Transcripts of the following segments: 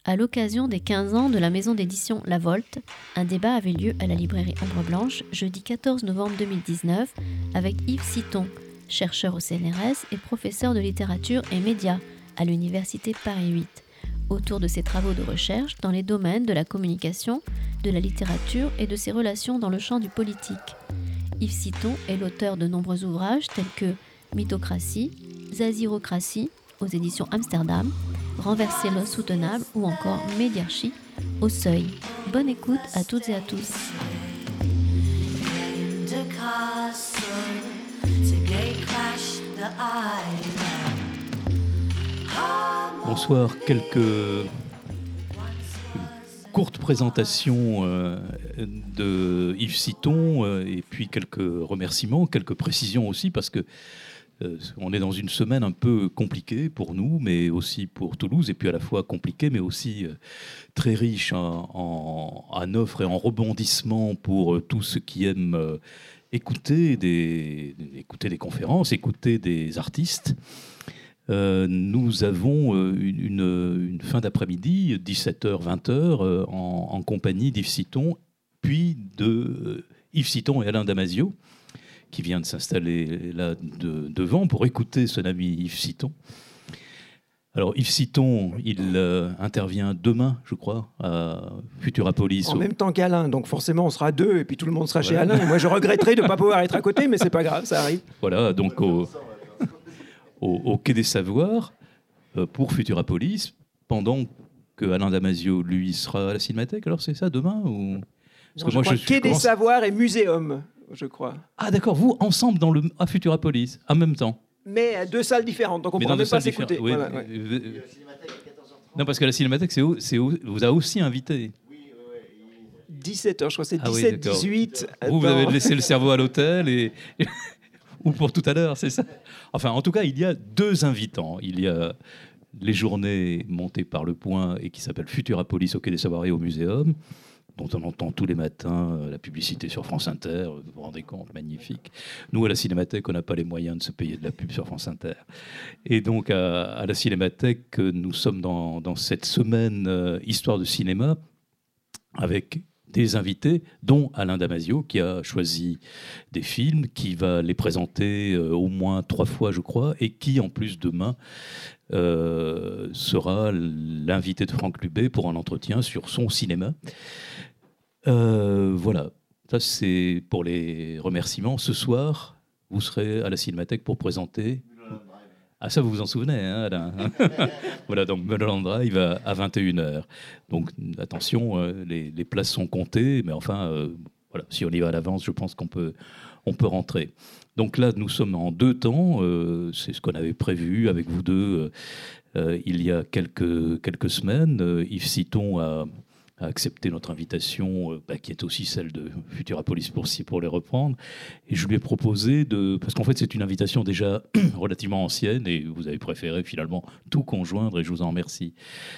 À l'occasion des 15 ans de la maison d'édition La Volte, un débat avait lieu à la librairie Ombre Blanche jeudi 14 novembre 2019 avec Yves Citon, chercheur au CNRS et professeur de littérature et médias à l'université Paris 8, autour de ses travaux de recherche dans les domaines de la communication, de la littérature et de ses relations dans le champ du politique. Yves Citon est l'auteur de nombreux ouvrages tels que Mythocratie, Zazirocratie aux éditions Amsterdam, Renverser l'insoutenable ou encore Médiarchie au Seuil. Bonne écoute à toutes et à tous. Bonsoir, quelques courtes présentations de Yves Citon et puis quelques remerciements, quelques précisions aussi parce que on est dans une semaine un peu compliquée pour nous, mais aussi pour Toulouse, et puis à la fois compliquée, mais aussi très riche en offres et en rebondissements pour tous ceux qui aiment écouter des conférences, écouter des artistes. Nous avons une fin d'après-midi, 17h, 20h, en compagnie d'Yves Citon, puis de Yves Citon et Alain Damasio, qui vient de s'installer là devant pour écouter son ami Yves Citon. Alors Yves Citon, il intervient demain, je crois, à Futurapolis. En même temps qu'Alain, donc forcément on sera deux et puis tout le monde sera chez Alain. Et moi je regretterai de ne pas pouvoir être à côté, mais c'est pas grave, ça arrive. Voilà, donc au Quai des Savoirs, pour Futurapolis, pendant que Alain Damasio, lui, sera à la Cinémathèque. Alors c'est ça, demain ou... Parce que moi, Quai des Savoirs et Muséum, je crois. Ah d'accord, vous ensemble à Futurapolis, en même temps. Mais à deux salles différentes, donc on ne pourra même pas s'écouter. Oui, voilà, ouais. Non, parce que la Cinémathèque vous a aussi invité. 17h, je crois, c'est 17, oui, 18. Vous avez laissé le cerveau à l'hôtel ou pour tout à l'heure, c'est ça? Enfin, en tout cas, il y a deux invitants. Il y a les journées montées par Le Point et qui s'appellent Futurapolis au Quai des Savoirs et au Muséum, dont on entend tous les matins la publicité sur France Inter, vous vous rendez compte, magnifique. Nous, à la Cinémathèque, on n'a pas les moyens de se payer de la pub sur France Inter. Et donc, à la Cinémathèque, nous sommes dans cette semaine Histoire de cinéma, avec des invités, dont Alain Damasio, qui a choisi des films, qui va les présenter au moins 3 fois, je crois, et qui, en plus, demain, sera l'invité de Franck Lubet pour un entretien sur son cinéma. Voilà, ça c'est pour les remerciements. Ce soir, vous serez à la Cinémathèque pour présenter... Ah, ça, vous vous en souvenez, hein, Alain? Voilà, donc Mulholland Drive à 21h. Donc, attention, les places sont comptées, mais enfin, voilà, si on y va à l'avance, je pense qu'on peut rentrer. Donc là, nous sommes en 2 temps. C'est ce qu'on avait prévu avec vous deux il y a quelques semaines. Yves Citon a accepté notre invitation, qui est aussi celle de Futurapolis pour les reprendre. Et je lui ai proposé parce qu'en fait c'est une invitation déjà relativement ancienne et vous avez préféré finalement tout conjoindre et je vous en remercie.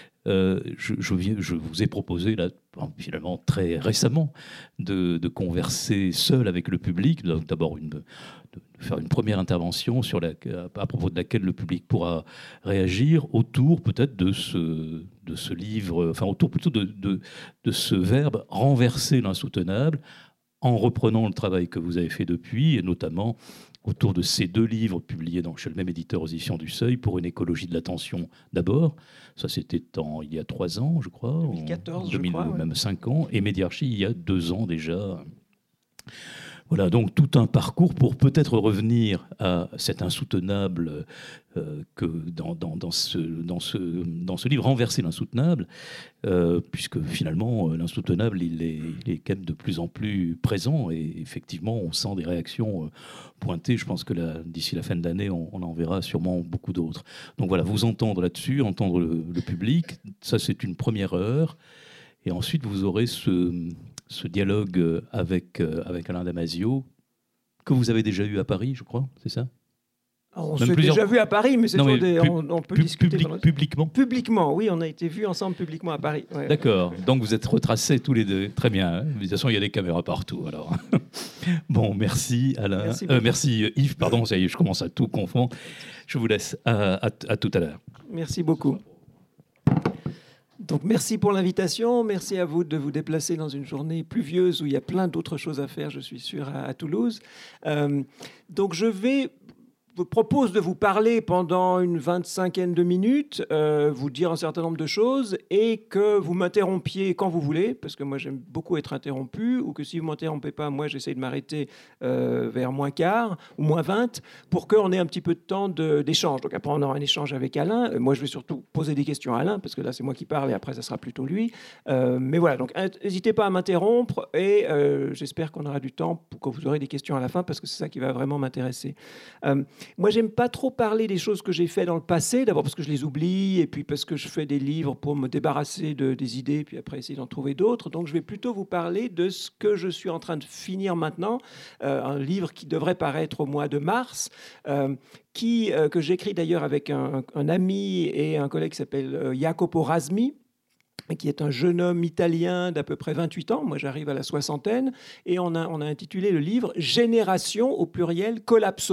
Je vous ai proposé là, finalement très récemment de converser seul avec le public, d'abord de faire une première intervention à propos de laquelle le public pourra réagir autour peut-être de ce livre, enfin autour plutôt de ce verbe renverser l'insoutenable, en reprenant le travail que vous avez fait depuis, et notamment autour de ces 2 livres publiés chez le même éditeur aux éditions du Seuil, Pour une écologie de l'attention d'abord. Ça, c'était il y a 3 ans, je crois. 2014, je crois. Même 5 ans. Et Médiarchie, il y a 2 ans déjà. Voilà, donc tout un parcours pour peut-être revenir à cet insoutenable que dans ce livre, Renverser l'insoutenable, puisque finalement, l'insoutenable, il est quand même de plus en plus présent et effectivement, on sent des réactions pointées. Je pense que d'ici la fin de l'année, on en verra sûrement beaucoup d'autres. Donc voilà, vous entendre là-dessus, entendre le public, ça c'est une première heure. Et ensuite, vous aurez ce dialogue avec Alain Damasio, que vous avez déjà eu à Paris, je crois, c'est ça? On s'est déjà vu à Paris, mais on peut discuter. Publiquement? Publiquement, oui, on a été vus ensemble publiquement à Paris. Ouais. D'accord, donc vous êtes retracés tous les deux, très bien. Hein, de toute façon, il y a des caméras partout, alors. Bon, merci Alain. Merci Yves, pardon, ça y est, je commence à tout confondre. Je vous laisse à tout à l'heure. Merci beaucoup. Donc merci pour l'invitation, merci à vous de vous déplacer dans une journée pluvieuse où il y a plein d'autres choses à faire, je suis sûr, à Toulouse. Donc je vous propose de vous parler pendant une 25aine de minutes, vous dire un certain nombre de choses et que vous m'interrompiez quand vous voulez, parce que moi j'aime beaucoup être interrompu, ou que si vous ne m'interrompez pas, moi j'essaie de m'arrêter vers moins quart ou moins 20 pour qu'on ait un petit peu de temps d'échange. Donc après on aura un échange avec Alain. Moi je vais surtout poser des questions à Alain, parce que là c'est moi qui parle et après ça sera plutôt lui. Mais voilà, donc n'hésitez pas à m'interrompre et j'espère qu'on aura du temps pour que vous aurez des questions à la fin, parce que c'est ça qui va vraiment m'intéresser. Moi, j'aime pas trop parler des choses que j'ai fait dans le passé, d'abord parce que je les oublie, et puis parce que je fais des livres pour me débarrasser des idées, puis après essayer d'en trouver d'autres. Donc, je vais plutôt vous parler de ce que je suis en train de finir maintenant, un livre qui devrait paraître au mois de mars, que j'écris d'ailleurs avec un ami et un collègue qui s'appelle Jacopo Rasmi, qui est un jeune homme italien d'à peu près 28 ans. Moi, j'arrive à la soixantaine. Et on a intitulé le livre « Génération au pluriel collapsonaute ».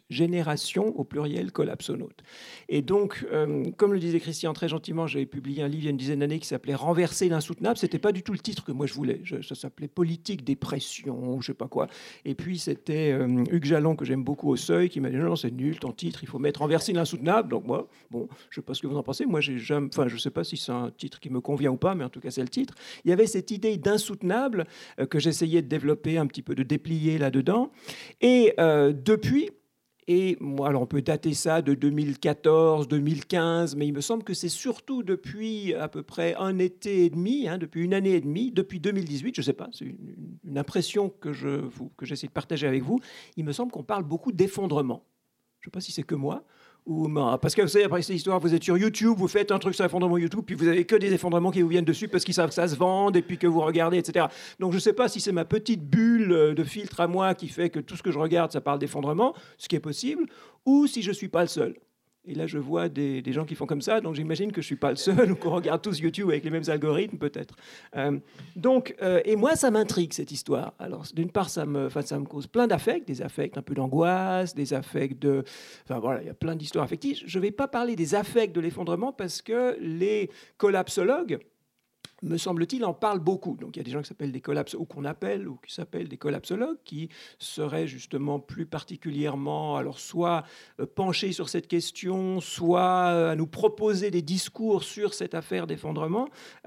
Génération au pluriel collapsonaute. Et donc, comme le disait Christian très gentiment, j'avais publié un livre il y a une dizaine d'années qui s'appelait « Renverser l'insoutenable ». Ce n'était pas du tout le titre que moi je voulais. Ça s'appelait « Politique des pressions » ou je ne sais pas quoi. Et puis, c'était Hugues Jalon, que j'aime beaucoup au Seuil, qui m'a dit « Non, c'est nul, ton titre, il faut mettre Renverser l'insoutenable ». Donc moi, bon, je ne sais pas ce que vous en pensez. Moi, je ne sais pas si c'est un titre qui me convient ou pas, mais en tout cas c'est le titre. Il y avait cette idée d'insoutenable que j'essayais de développer un petit peu, de déplier là-dedans. Et depuis, et moi, alors on peut dater ça de 2014, 2015, mais il me semble que c'est surtout depuis à peu près un été et demi, depuis une année et demie, depuis 2018, je ne sais pas, c'est une impression que j'essaie de partager avec vous. Il me semble qu'on parle beaucoup d'effondrement. Je ne sais pas si c'est que moi. Parce que vous savez, après cette histoire, vous êtes sur YouTube, vous faites un truc sur l'effondrement YouTube, puis vous n'avez que des effondrements qui vous viennent dessus parce qu'ils savent que ça se vende et puis que vous regardez, etc. Donc je ne sais pas si c'est ma petite bulle de filtre à moi qui fait que tout ce que je regarde, ça parle d'effondrement, ce qui est possible, ou si je ne suis pas le seul. Et là, je vois des gens qui font comme ça, donc j'imagine que je ne suis pas le seul, ou qu'on regarde tous YouTube avec les mêmes algorithmes, peut-être. Et moi, ça m'intrigue, cette histoire. Alors, d'une part, ça me cause plein d'affects, des affects un peu d'angoisse, des affects de... Enfin, voilà, il y a plein d'histoires affectives. Je ne vais pas parler des affects de l'effondrement, parce que les collapsologues, me semble-t-il, en parle beaucoup. Donc il y a des gens qui s'appellent des collapsologues, ou qu'on appelle, ou qui s'appellent des collapsologues, qui seraient justement plus particulièrement, alors soit penchés sur cette question, soit à nous proposer des discours sur cette affaire d'effondrement.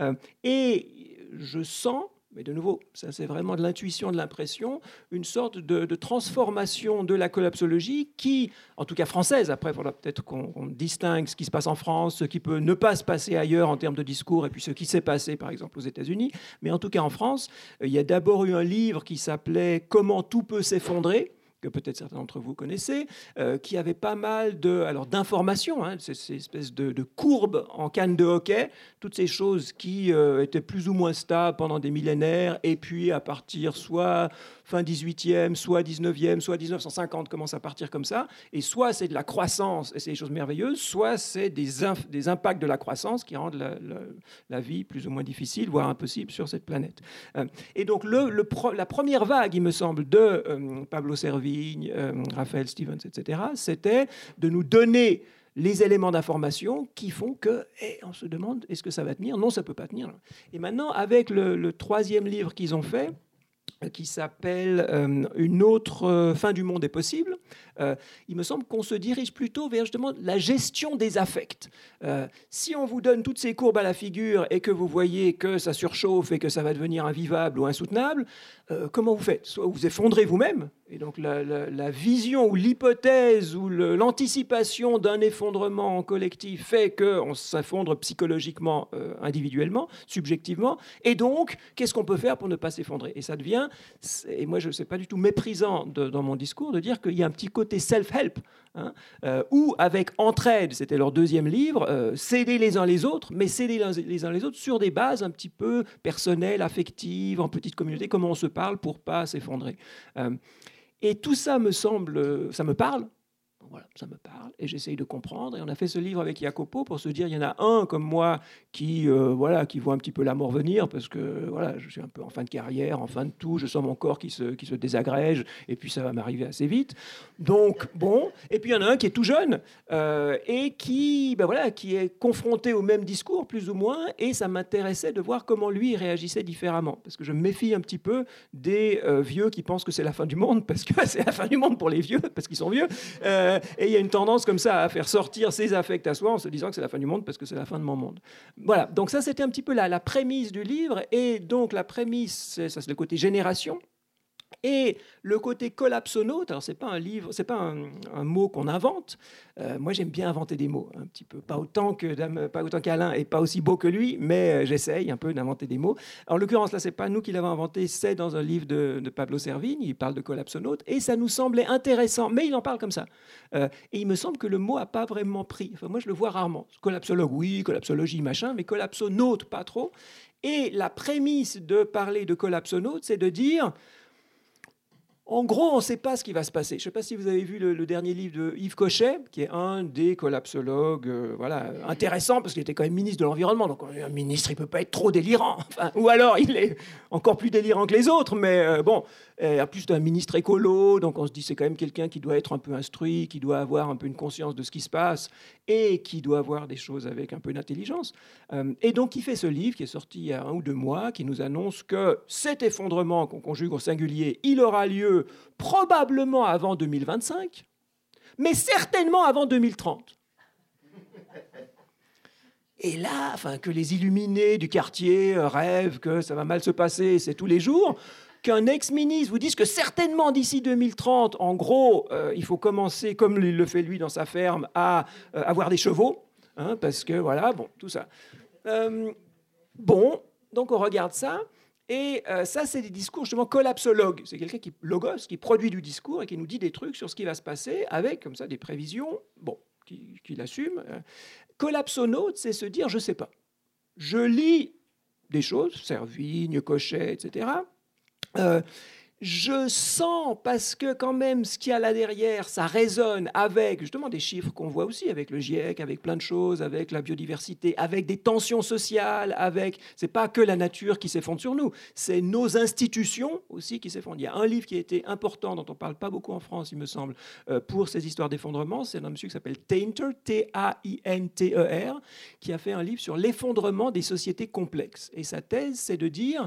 Et je sens, mais de nouveau, ça c'est vraiment de l'intuition, de l'impression, une sorte de transformation de la collapsologie qui, en tout cas française, après il faudra peut-être qu'on distingue ce qui se passe en France, ce qui peut ne pas se passer ailleurs en termes de discours, et puis ce qui s'est passé par exemple aux États-Unis, mais en tout cas en France, il y a d'abord eu un livre qui s'appelait « Comment tout peut s'effondrer », que peut-être certains d'entre vous connaissez, qui avait pas mal d'informations, ces espèces de courbes en canne de hockey, toutes ces choses qui étaient plus ou moins stables pendant des millénaires, et puis à partir soit fin 18e, soit 19e, soit 1950, commence à partir comme ça, et soit c'est de la croissance, et c'est des choses merveilleuses, soit c'est des impacts de la croissance qui rendent la vie plus ou moins difficile, voire impossible sur cette planète. Et donc la première vague, il me semble, de Pablo Servigne, Raphaël Stevens, etc., c'était de nous donner les éléments d'information qui font que on se demande, est-ce que ça va tenir ? Non, ça ne peut pas tenir. Et maintenant, avec le troisième livre qu'ils ont fait, qui s'appelle Une autre fin du monde est possible, il me semble qu'on se dirige plutôt vers justement la gestion des affects. Si on vous donne toutes ces courbes à la figure et que vous voyez que ça surchauffe et que ça va devenir invivable ou insoutenable, comment vous faites ? Soit vous effondrez vous-même, et donc la vision ou l'hypothèse ou l'anticipation d'un effondrement collectif fait qu'on s'effondre psychologiquement, individuellement, subjectivement, et donc qu'est-ce qu'on peut faire pour ne pas s'effondrer ? Et ça devient, et moi je ne sais pas du tout méprisant dans mon discours de dire qu'il y a un petit côté self-help, où avec Entraide, c'était leur deuxième livre, s'aider les uns les autres, mais s'aider les uns les autres sur des bases un petit peu personnelles, affectives, en petite communauté, comment on se parle pour ne pas s'effondrer. Et tout ça me semble, ça me parle. Voilà, ça me parle et j'essaye de comprendre. Et on a fait ce livre avec Jacopo pour se dire, il y en a un comme moi qui voit un petit peu la mort venir parce que voilà, je suis un peu en fin de carrière, en fin de tout, je sens mon corps qui se désagrège et puis ça va m'arriver assez vite. Donc bon, et puis il y en a un qui est tout jeune et qui est confronté au même discours plus ou moins, et ça m'intéressait de voir comment lui réagissait différemment parce que je me méfie un petit peu des vieux qui pensent que c'est la fin du monde parce que c'est la fin du monde pour les vieux parce qu'ils sont vieux. Et il y a une tendance comme ça à faire sortir ses affects à soi en se disant que c'est la fin du monde parce que c'est la fin de mon monde. Voilà, donc ça c'était un petit peu la prémisse du livre. Et donc la prémisse, ça c'est le côté génération. Et le côté collapsonaute, alors c'est pas un livre, c'est pas un mot qu'on invente. Moi, j'aime bien inventer des mots, un petit peu, pas autant qu'Alain et pas aussi beau que lui, mais j'essaye un peu d'inventer des mots. En l'occurrence, là, c'est pas nous qui l'avons inventé, c'est dans un livre de Pablo Servigne. Il parle de collapsonaute et ça nous semblait intéressant, mais il en parle comme ça. Et il me semble que le mot a pas vraiment pris. Enfin, moi, je le vois rarement. Collapsologue, oui, collapsologie, machin, mais collapsonaute, pas trop. Et la prémisse de parler de collapsonaute, c'est de dire en gros, on ne sait pas ce qui va se passer. Je ne sais pas si vous avez vu le dernier livre de Yves Cochet, qui est un des collapsologues intéressant, parce qu'il était quand même ministre de l'Environnement. Donc un ministre, il ne peut pas être trop délirant. Enfin, ou alors, il est encore plus délirant que les autres. Mais en plus d'un ministre écolo, donc on se dit c'est quand même quelqu'un qui doit être un peu instruit, qui doit avoir un peu une conscience de ce qui se passe et qui doit voir des choses avec un peu d'intelligence. Et donc, il fait ce livre qui est sorti il y a 1 ou 2 mois, qui nous annonce que cet effondrement qu'on conjugue au singulier, il aura lieu probablement avant 2025, mais certainement avant 2030. Et là, que les illuminés du quartier rêvent que ça va mal se passer, c'est tous les jours, qu'un ex-ministre vous dise que certainement d'ici 2030, en gros, il faut commencer, comme il le fait lui dans sa ferme, à avoir des chevaux, parce que voilà, bon, tout ça. Donc on regarde ça. Et ça, c'est des discours justement collapsologues. C'est quelqu'un qui produit du discours et qui nous dit des trucs sur ce qui va se passer avec, comme ça, des prévisions, qu'il assume. Collapsonaute, c'est se dire, je ne sais pas. Je lis des choses, Servigne, Cochet, etc. Je sens, parce que quand même, ce qu'il y a là derrière, ça résonne avec justement des chiffres qu'on voit aussi, avec le GIEC, avec plein de choses, avec la biodiversité, avec des tensions sociales, c'est pas que la nature qui s'effondre sur nous, c'est nos institutions aussi qui s'effondrent. Il y a un livre qui a été important, dont on parle pas beaucoup en France, il me semble, pour ces histoires d'effondrement, c'est un monsieur qui s'appelle Tainter, T-A-I-N-T-E-R, qui a fait un livre sur l'effondrement des sociétés complexes. Et sa thèse, c'est de dire...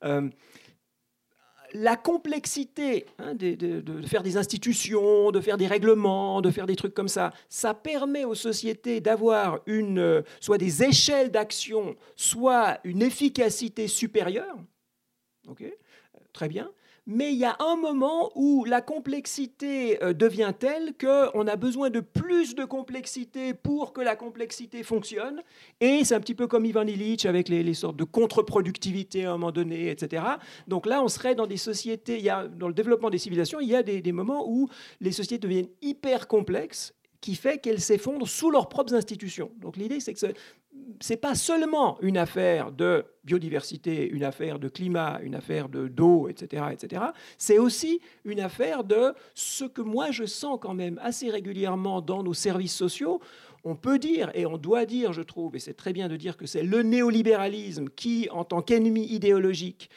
la complexité de faire des institutions, de faire des règlements, de faire des trucs comme ça, ça permet aux sociétés d'avoir soit des échelles d'action, soit une efficacité supérieure. Okay, très bien. Mais il y a un moment où la complexité devient telle qu'on a besoin de plus de complexité pour que la complexité fonctionne. Et c'est un petit peu comme Ivan Illich avec les sortes de contre-productivité à un moment donné, etc. Donc là, on serait dans des sociétés, dans le développement des civilisations, il y a des moments où les sociétés deviennent hyper complexes, qui fait qu'elles s'effondrent sous leurs propres institutions. Donc l'idée, c'est que ce n'est pas seulement une affaire de biodiversité, une affaire de climat, une affaire d'eau, etc., etc. C'est aussi une affaire de ce que moi je sens quand même assez régulièrement dans nos services sociaux. On peut dire, et on doit dire, je trouve, et c'est très bien de dire que c'est le néolibéralisme qui, en tant qu'ennemi idéologique,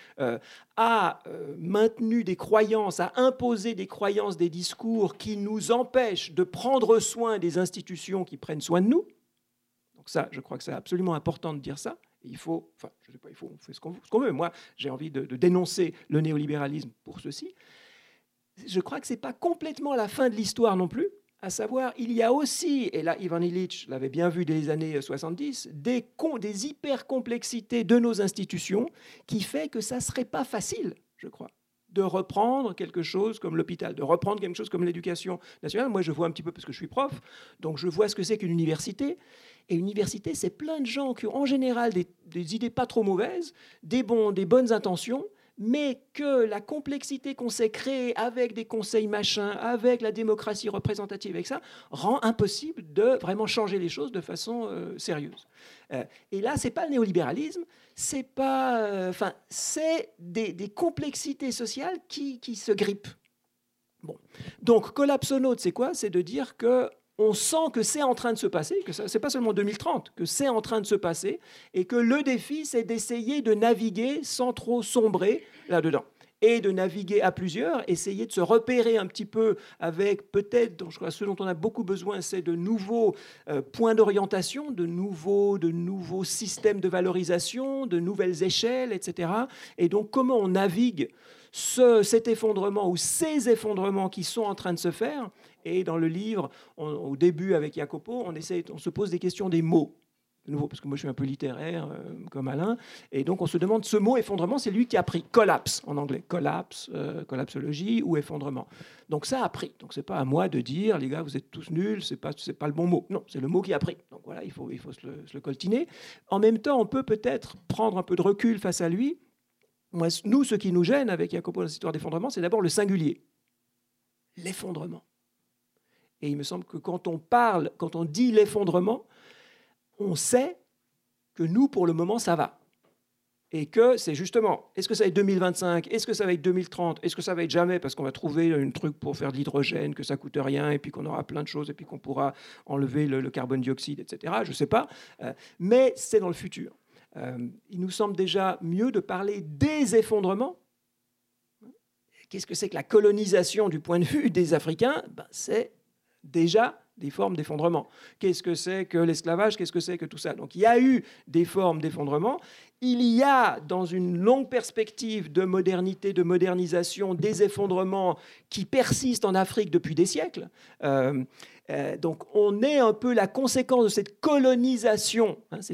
a maintenu des croyances, a imposé des croyances, des discours qui nous empêchent de prendre soin des institutions qui prennent soin de nous. Donc ça, je crois que c'est absolument important de dire ça. Il faut, je sais pas, on fait ce qu'on veut. Moi, j'ai envie de dénoncer le néolibéralisme pour ceci. Je crois que ce n'est pas complètement la fin de l'histoire non plus. À savoir, il y a aussi, et là Ivan Illich l'avait bien vu dès les années 70, des hyper-complexités de nos institutions qui fait que ça ne serait pas facile, je crois, de reprendre quelque chose comme l'hôpital, de reprendre quelque chose comme l'éducation nationale. Moi, je vois un petit peu, parce que je suis prof, donc je vois ce que c'est qu'une université. Et une université, c'est plein de gens qui ont en général des idées pas trop mauvaises, des bonnes intentions, mais que la complexité qu'on s'est créée avec des conseils machins, avec la démocratie représentative, avec ça, rend impossible de vraiment changer les choses de façon sérieuse. Et là, c'est pas le néolibéralisme, c'est pas, c'est des complexités sociales qui se grippent. Bon. Donc, collapsonaute, c'est quoi? C'est de dire qu'on sent que c'est en train de se passer, que ce n'est pas seulement 2030, que c'est en train de se passer, et que le défi, c'est d'essayer de naviguer sans trop sombrer là-dedans. Et de naviguer à plusieurs, essayer de se repérer un petit peu avec peut-être, je crois, ce dont on a beaucoup besoin, c'est de nouveaux points d'orientation, de nouveaux systèmes de valorisation, de nouvelles échelles, etc. Et donc, comment on navigue cet effondrement ou ces effondrements qui sont en train de se faire. Et dans le livre, au début avec Jacopo, on se pose des questions des mots. De nouveau, parce que moi je suis un peu littéraire comme Alain, et donc on se demande, ce mot effondrement, c'est lui qui a pris collapse en anglais, collapse, collapsologie ou effondrement. Donc ça a pris. Donc c'est pas à moi de dire, les gars, vous êtes tous nuls, c'est pas le bon mot. Non, c'est le mot qui a pris. Donc voilà, il faut se le coltiner. En même temps, on peut peut-être prendre un peu de recul face à lui. Nous, ce qui nous gêne avec Jacopo dans cette histoire d'effondrement, c'est d'abord le singulier, l'effondrement. Et il me semble que quand on dit l'effondrement, on sait que nous, pour le moment, ça va. Et que c'est justement, est-ce que ça va être 2025, est-ce que ça va être 2030, est-ce que ça va être jamais, parce qu'on va trouver un truc pour faire de l'hydrogène, que ça coûte rien, et puis qu'on aura plein de choses, et puis qu'on pourra enlever le carbone dioxyde, etc. Je ne sais pas. Mais c'est dans le futur. Il nous semble déjà mieux de parler des effondrements. Qu'est-ce que c'est que la colonisation du point de vue des Africains? C'est déjà des formes d'effondrement. Qu'est-ce que c'est que l'esclavage? Qu'est-ce que c'est que tout ça? Donc il y a eu des formes d'effondrement. Il y a, dans une longue perspective de modernité, de modernisation, des effondrements qui persistent en Afrique depuis des siècles. Donc on est un peu la conséquence de cette colonisation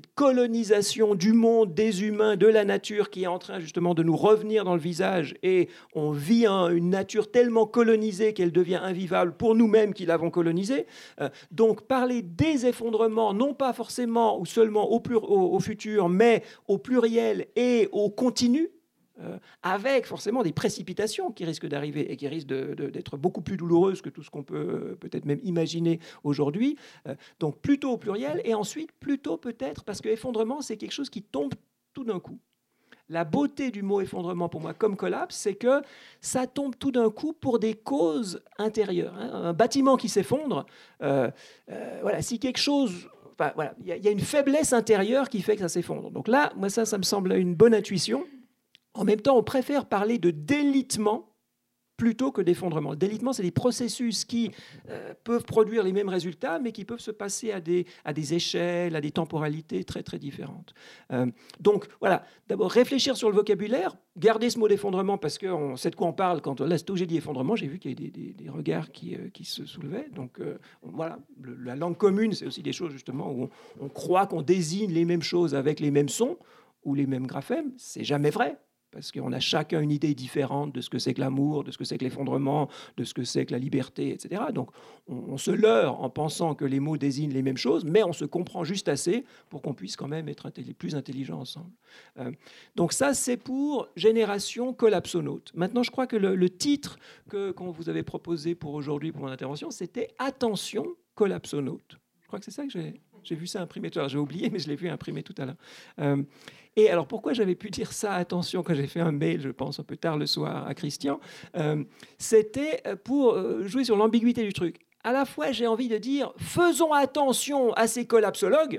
du monde, des humains, de la nature qui est en train justement de nous revenir dans le visage, et on vit une nature tellement colonisée qu'elle devient invivable pour nous-mêmes qui l'avons colonisée. Donc parler des effondrements, non pas forcément ou seulement au futur, mais au pluriel et au continu, avec forcément des précipitations qui risquent d'arriver et qui risquent d'être beaucoup plus douloureuses que tout ce qu'on peut peut-être même imaginer aujourd'hui. Donc plutôt au pluriel, et ensuite plutôt peut-être, parce que effondrement, c'est quelque chose qui tombe tout d'un coup. La beauté du mot effondrement pour moi, comme collapse, c'est que ça tombe tout d'un coup pour des causes intérieures. Un bâtiment qui s'effondre, voilà, si quelque chose... Enfin, voilà, il y a une faiblesse intérieure qui fait que ça s'effondre. Donc là, moi, ça me semble une bonne intuition. En même temps, on préfère parler de délitement plutôt que d'effondrement. Le délitement, c'est des processus qui peuvent produire les mêmes résultats, mais qui peuvent se passer à des échelles, à des temporalités très, très différentes. Donc, voilà, d'abord, réfléchir sur le vocabulaire, garder ce mot d'effondrement, parce qu'on sait de quoi on parle. Là, c'est où j'ai dit effondrement, j'ai vu qu'il y a des regards qui se soulevaient. Donc, voilà, la langue commune, c'est aussi des choses, justement, où on croit qu'on désigne les mêmes choses avec les mêmes sons ou les mêmes graphèmes. C'est jamais vrai, parce qu'on a chacun une idée différente de ce que c'est que l'amour, de ce que c'est que l'effondrement, de ce que c'est que la liberté, etc. Donc on se leurre en pensant que les mots désignent les mêmes choses, mais on se comprend juste assez pour qu'on puisse quand même être plus intelligents ensemble. Donc ça, c'est pour Génération collapsonaute. Maintenant, je crois que le titre qu'on vous avait proposé pour aujourd'hui, pour mon intervention, c'était « Attention collapsonaute ». Je crois que c'est ça que j'ai vu ça imprimé tout à l'heure. J'ai oublié, mais je l'ai vu imprimé tout à l'heure. Et alors, pourquoi j'avais pu dire ça, attention, quand j'ai fait un mail, je pense, un peu tard le soir à Christian, c'était pour jouer sur l'ambiguïté du truc. À la fois, j'ai envie de dire, faisons attention à ces collapsologues.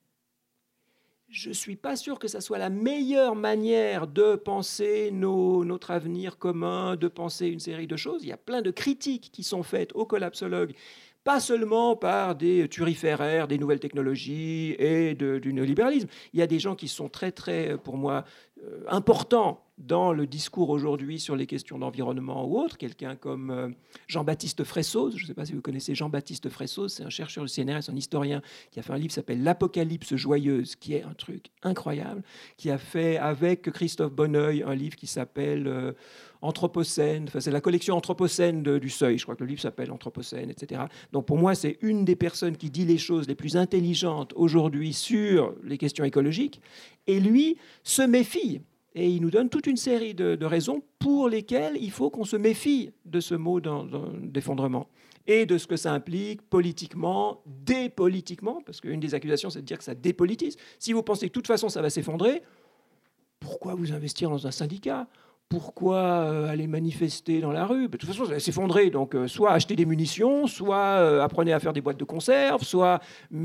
Je ne suis pas sûr que ça soit la meilleure manière de penser notre avenir commun, de penser une série de choses. Il y a plein de critiques qui sont faites aux collapsologues, pas seulement par des turiféraires, des nouvelles technologies et du néolibéralisme. Il y a des gens qui sont très, très, pour moi, importants dans le discours aujourd'hui sur les questions d'environnement ou autres. Quelqu'un comme Jean-Baptiste Fressoz, je ne sais pas si vous connaissez Jean-Baptiste Fressoz, c'est un chercheur du CNRS, un historien qui a fait un livre qui s'appelle « L'Apocalypse joyeuse », qui est un truc incroyable, qui a fait avec Christophe Bonneuil un livre qui s'appelle Anthropocène, enfin, c'est la collection Anthropocène du Seuil, je crois que le livre s'appelle Anthropocène, etc. Donc pour moi, c'est une des personnes qui dit les choses les plus intelligentes aujourd'hui sur les questions écologiques, et lui se méfie. Et il nous donne toute une série de raisons pour lesquelles il faut qu'on se méfie de ce mot d'effondrement et de ce que ça implique politiquement, dépolitiquement, parce qu'une des accusations, c'est de dire que ça dépolitise. Si vous pensez que de toute façon ça va s'effondrer, pourquoi vous investir dans un syndicat ? pourquoi aller manifester dans la rue? De toute façon, ça va s'effondrer. Donc, soit acheter des munitions, soit apprenez à faire des boîtes de conserve, soit...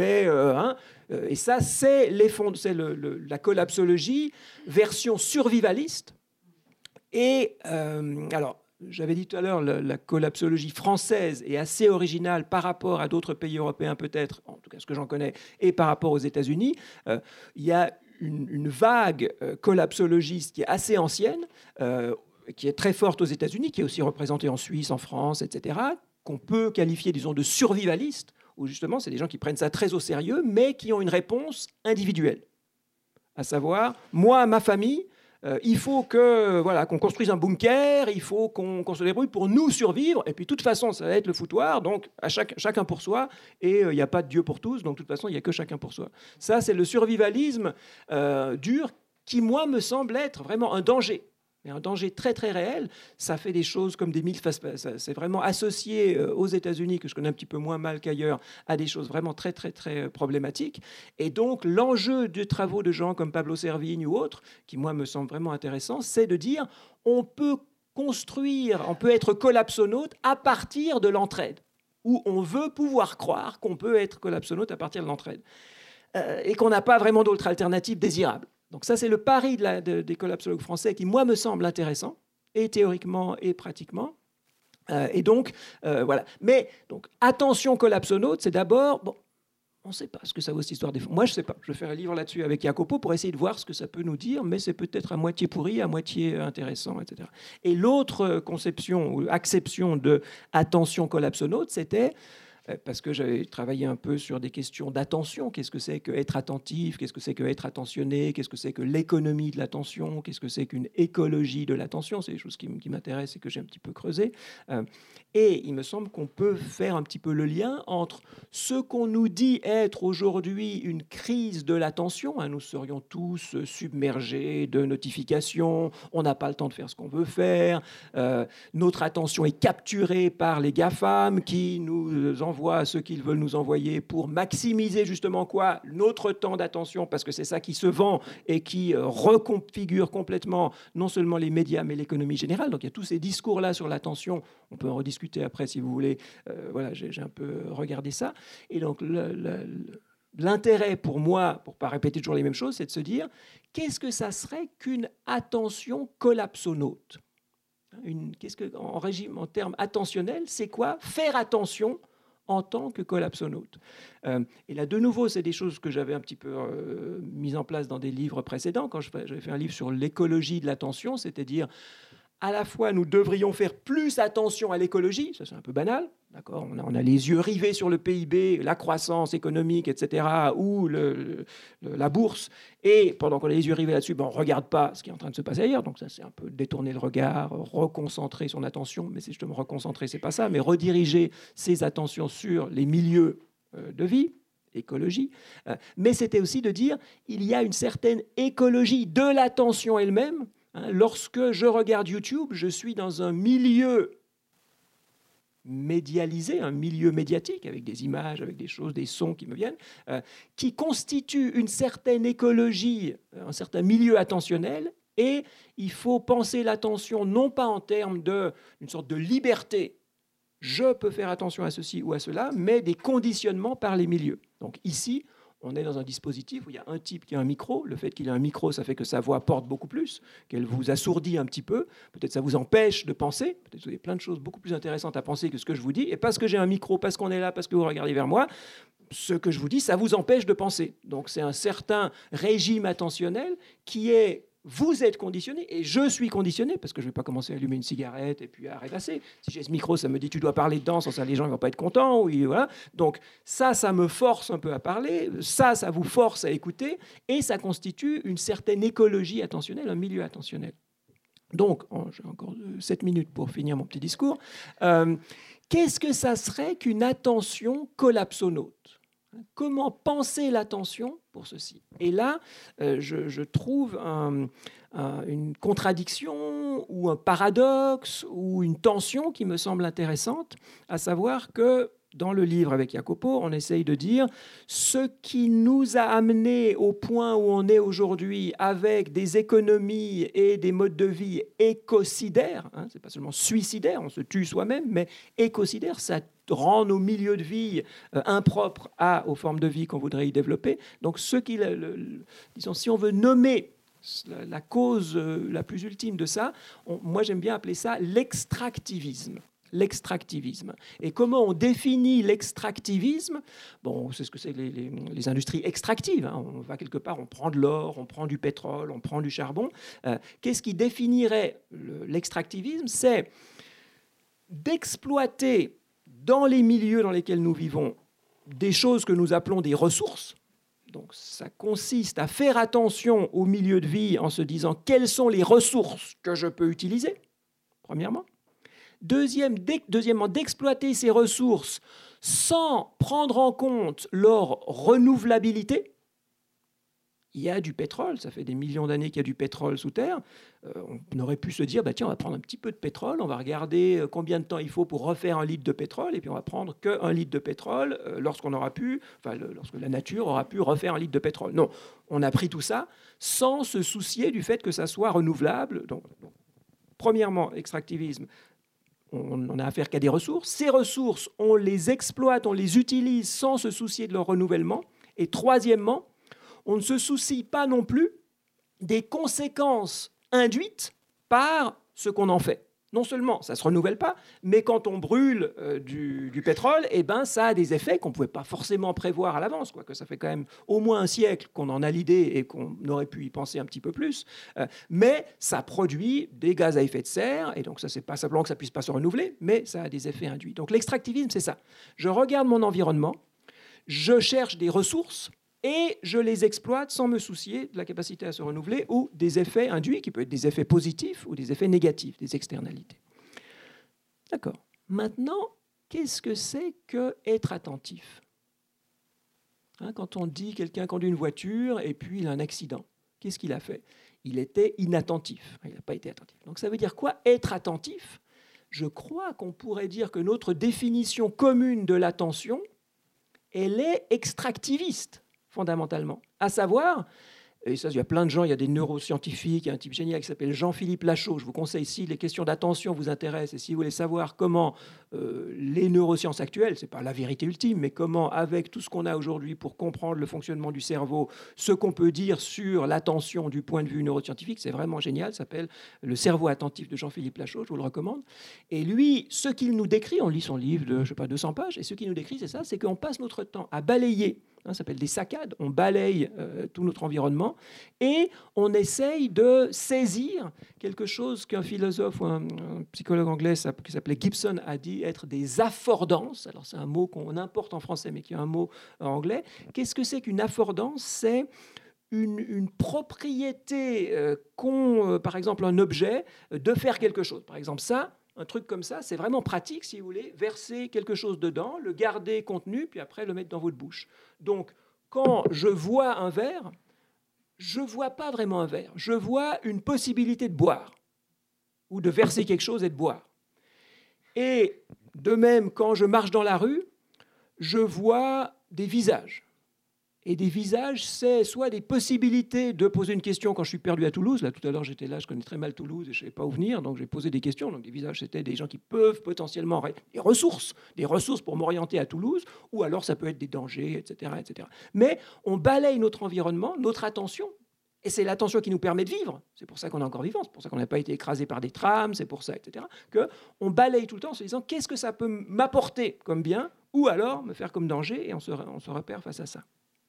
et ça, c'est la collapsologie, version survivaliste. Et alors, j'avais dit tout à l'heure, la collapsologie française est assez originale par rapport à d'autres pays européens peut-être, en tout cas ce que j'en connais, et par rapport aux États-Unis. Il y a une vague collapsologiste qui est assez ancienne, qui est très forte aux États-Unis, qui est aussi représentée en Suisse, en France, etc., qu'on peut qualifier, disons, de survivaliste, où justement, c'est des gens qui prennent ça très au sérieux, mais qui ont une réponse individuelle. À savoir, moi, ma famille, il faut qu'on construise un bunker, il faut qu'on se débrouille pour nous survivre, et puis de toute façon, ça va être le foutoir, donc à chacun pour soi, et il n'y a pas de Dieu pour tous, donc de toute façon, il n'y a que chacun pour soi. Ça, c'est le survivalisme dur qui, moi, me semble être vraiment un danger. Mais un danger très très réel. Ça fait des choses comme des c'est vraiment associé aux États-Unis, que je connais un petit peu moins mal qu'ailleurs, à des choses vraiment très très très problématiques. Et donc l'enjeu des travaux de gens comme Pablo Servigne ou autres, qui moi me semble vraiment intéressant, c'est de dire on peut être collapsonaute à partir de l'entraide, où on veut pouvoir croire qu'on peut être collapsonaute à partir de l'entraide, et qu'on n'a pas vraiment d'autre alternative désirable. Donc ça, c'est le pari des collapsologues français qui, moi, me semble intéressant, et théoriquement et pratiquement. Et donc, voilà. Mais, donc, attention collapsonaute, c'est d'abord... Bon, on ne sait pas ce que ça vaut, cette histoire des fonds. Moi, je ne sais pas. Je vais faire un livre là-dessus avec Jacopo pour essayer de voir ce que ça peut nous dire, mais c'est peut-être à moitié pourri, à moitié intéressant, etc. Et l'autre conception ou acception de attention collapsonaute, c'était... parce que j'avais travaillé un peu sur des questions d'attention. Qu'est-ce que c'est qu'être attentif? Qu'est-ce que c'est qu'être attentionné? Qu'est-ce que c'est que l'économie de l'attention? Qu'est-ce que c'est qu'une écologie de l'attention? C'est des choses qui m'intéressent et que j'ai un petit peu creusé. Et il me semble qu'on peut faire un petit peu le lien entre ce qu'on nous dit être aujourd'hui une crise de l'attention. Nous serions tous submergés de notifications, on n'a pas le temps de faire ce qu'on veut faire, notre attention est capturée par les GAFAM qui nous envoient ce qu'ils veulent nous envoyer pour maximiser justement quoi? Notre temps d'attention, parce que c'est ça qui se vend et qui reconfigure complètement non seulement les médias mais l'économie générale. Donc il y a tous ces discours-là sur l'attention. On peut en rediscuter après si vous voulez. Voilà, j'ai un peu regardé ça. Et donc l'intérêt pour moi, pour ne pas répéter toujours les mêmes choses, c'est de se dire qu'est-ce que ça serait qu'une attention collapsonaute? En termes attentionnels, c'est quoi? Faire attention en tant que collapsonaute. Et là, de nouveau, c'est des choses que j'avais un petit peu mises en place dans des livres précédents. Quand j'avais fait un livre sur l'écologie de l'attention, c'est-à-dire à la fois nous devrions faire plus attention à l'écologie, ça c'est un peu banal, d'accord, on a les yeux rivés sur le PIB, la croissance économique, etc., ou la bourse, et pendant qu'on a les yeux rivés là-dessus, on ne regarde pas ce qui est en train de se passer ailleurs, donc ça c'est un peu détourner le regard, reconcentrer son attention, mais c'est justement reconcentrer, c'est pas ça, mais rediriger ses attentions sur les milieux de vie, écologie, mais c'était aussi de dire il y a une certaine écologie de l'attention elle-même. Lorsque je regarde YouTube, je suis dans un milieu médialisé, un milieu médiatique, avec des images, avec des choses, des sons qui me viennent, qui constitue une certaine écologie, un certain milieu attentionnel, et il faut penser l'attention non pas en termes d'une sorte de liberté, je peux faire attention à ceci ou à cela, mais des conditionnements par les milieux. Donc ici, on est dans un dispositif où il y a un type qui a un micro. Le fait qu'il ait un micro, ça fait que sa voix porte beaucoup plus, qu'elle vous assourdit un petit peu. Peut-être ça vous empêche de penser. Peut-être que vous avez plein de choses beaucoup plus intéressantes à penser que ce que je vous dis. Et parce que j'ai un micro, parce qu'on est là, parce que vous regardez vers moi, ce que je vous dis, ça vous empêche de penser. Donc c'est un certain régime attentionnel qui est... Vous êtes conditionné et je suis conditionné parce que je ne vais pas commencer à allumer une cigarette et puis à rêvasser. Si j'ai ce micro, ça me dit tu dois parler dedans, sans ça les gens ne vont pas être contents. Oui, voilà. Donc ça me force un peu à parler, ça vous force à écouter et ça constitue une certaine écologie attentionnelle, un milieu attentionnel. Donc, j'ai encore 7 minutes pour finir mon petit discours. Qu'est-ce que ça serait qu'une attention collapsonaute ? Comment penser l'attention pour ceci? Et là, je trouve une contradiction ou un paradoxe ou une tension qui me semble intéressante, à savoir que dans le livre avec Jacopo, on essaye de dire ce qui nous a amenés au point où on est aujourd'hui avec des économies et des modes de vie écocidaires, hein, c'est pas seulement suicidaire, on se tue soi-même, mais écocidaire, ça rend nos milieux de vie impropres aux formes de vie qu'on voudrait y développer. Donc, disons, si on veut nommer la cause la plus ultime de ça, moi j'aime bien appeler ça l'extractivisme. L'extractivisme. Et comment on définit l'extractivisme? Bon, c'est ce que c'est les industries extractives. Hein. On va quelque part, on prend de l'or, on prend du pétrole, on prend du charbon. Qu'est-ce qui définirait l'extractivisme? C'est d'exploiter dans les milieux dans lesquels nous vivons des choses que nous appelons des ressources. Donc ça consiste à faire attention au milieu de vie en se disant quelles sont les ressources que je peux utiliser, premièrement. Deuxièmement, d'exploiter ces ressources sans prendre en compte leur renouvelabilité. Il y a du pétrole, ça fait des millions d'années qu'il y a du pétrole sous terre. On aurait pu se dire, bah tiens, on va prendre un petit peu de pétrole, on va regarder combien de temps il faut pour refaire un litre de pétrole, et puis on va prendre qu'un litre de pétrole lorsque la nature aura pu refaire un litre de pétrole. Non, on a pris tout ça sans se soucier du fait que ça soit renouvelable. Donc, premièrement, extractivisme, on n'a affaire qu'à des ressources. Ces ressources, on les exploite, on les utilise sans se soucier de leur renouvellement. Et troisièmement, on ne se soucie pas non plus des conséquences induites par ce qu'on en fait. Non seulement ça ne se renouvelle pas, mais quand on brûle du pétrole, eh ben, ça a des effets qu'on ne pouvait pas forcément prévoir à l'avance, que ça fait quand même au moins un siècle qu'on en a l'idée et qu'on aurait pu y penser un petit peu plus. Mais ça produit des gaz à effet de serre, et donc ça, c'est pas simplement que ça ne puisse pas se renouveler, mais ça a des effets induits. Donc l'extractivisme, c'est ça. Je regarde mon environnement, je cherche des ressources, et je les exploite sans me soucier de la capacité à se renouveler ou des effets induits, qui peuvent être des effets positifs ou des effets négatifs, des externalités. D'accord. Maintenant, qu'est-ce que c'est qu'être attentif? Quand on dit quelqu'un conduit une voiture et puis il a un accident, qu'est-ce qu'il a fait? Il était inattentif, il n'a pas été attentif. Donc ça veut dire quoi, être attentif? Je crois qu'on pourrait dire que notre définition commune de l'attention, elle est extractiviste, fondamentalement. À savoir, et ça, il y a plein de gens, il y a des neuroscientifiques, il y a un type génial qui s'appelle Jean-Philippe Lachaud. Je vous conseille, si les questions d'attention vous intéressent et si vous voulez savoir comment les neurosciences actuelles, ce n'est pas la vérité ultime, mais comment, avec tout ce qu'on a aujourd'hui pour comprendre le fonctionnement du cerveau, ce qu'on peut dire sur l'attention du point de vue neuroscientifique, c'est vraiment génial. Ça s'appelle Le cerveau attentif de Jean-Philippe Lachaud, je vous le recommande. Et lui, ce qu'il nous décrit, on lit son livre de, 200 pages, et ce qu'il nous décrit, c'est ça, c'est qu'on passe notre temps à balayer, ça s'appelle des saccades, on balaye tout notre environnement et on essaye de saisir quelque chose qu'un philosophe ou un psychologue anglais qui s'appelait Gibson a dit être des affordances. Alors c'est un mot qu'on importe en français mais qui est un mot anglais. Qu'est-ce que c'est qu'une affordance? C'est une propriété qu'ont, par exemple, un objet de faire quelque chose. Par exemple, ça, un truc comme ça, c'est vraiment pratique, si vous voulez, verser quelque chose dedans, le garder contenu, puis après le mettre dans votre bouche. Donc, quand je vois un verre, je ne vois pas vraiment un verre. Je vois une possibilité de boire, ou de verser quelque chose et de boire. Et de même, quand je marche dans la rue, je vois des visages. Et des visages, c'est soit des possibilités de poser une question quand je suis perdu à Toulouse. Là, tout à l'heure, j'étais là, je connais très mal Toulouse et je ne savais pas où venir, donc j'ai posé des questions. Donc des visages, c'était des gens qui peuvent potentiellement... des ressources pour m'orienter à Toulouse, ou alors ça peut être des dangers, etc., etc. Mais on balaye notre environnement, notre attention, et c'est l'attention qui nous permet de vivre. C'est pour ça qu'on est encore vivant, c'est pour ça qu'on n'a pas été écrasé par des trams, c'est pour ça, etc. Qu'on balaye tout le temps en se disant qu'est-ce que ça peut m'apporter comme bien, ou alors me faire comme danger, et on se repère face à ça.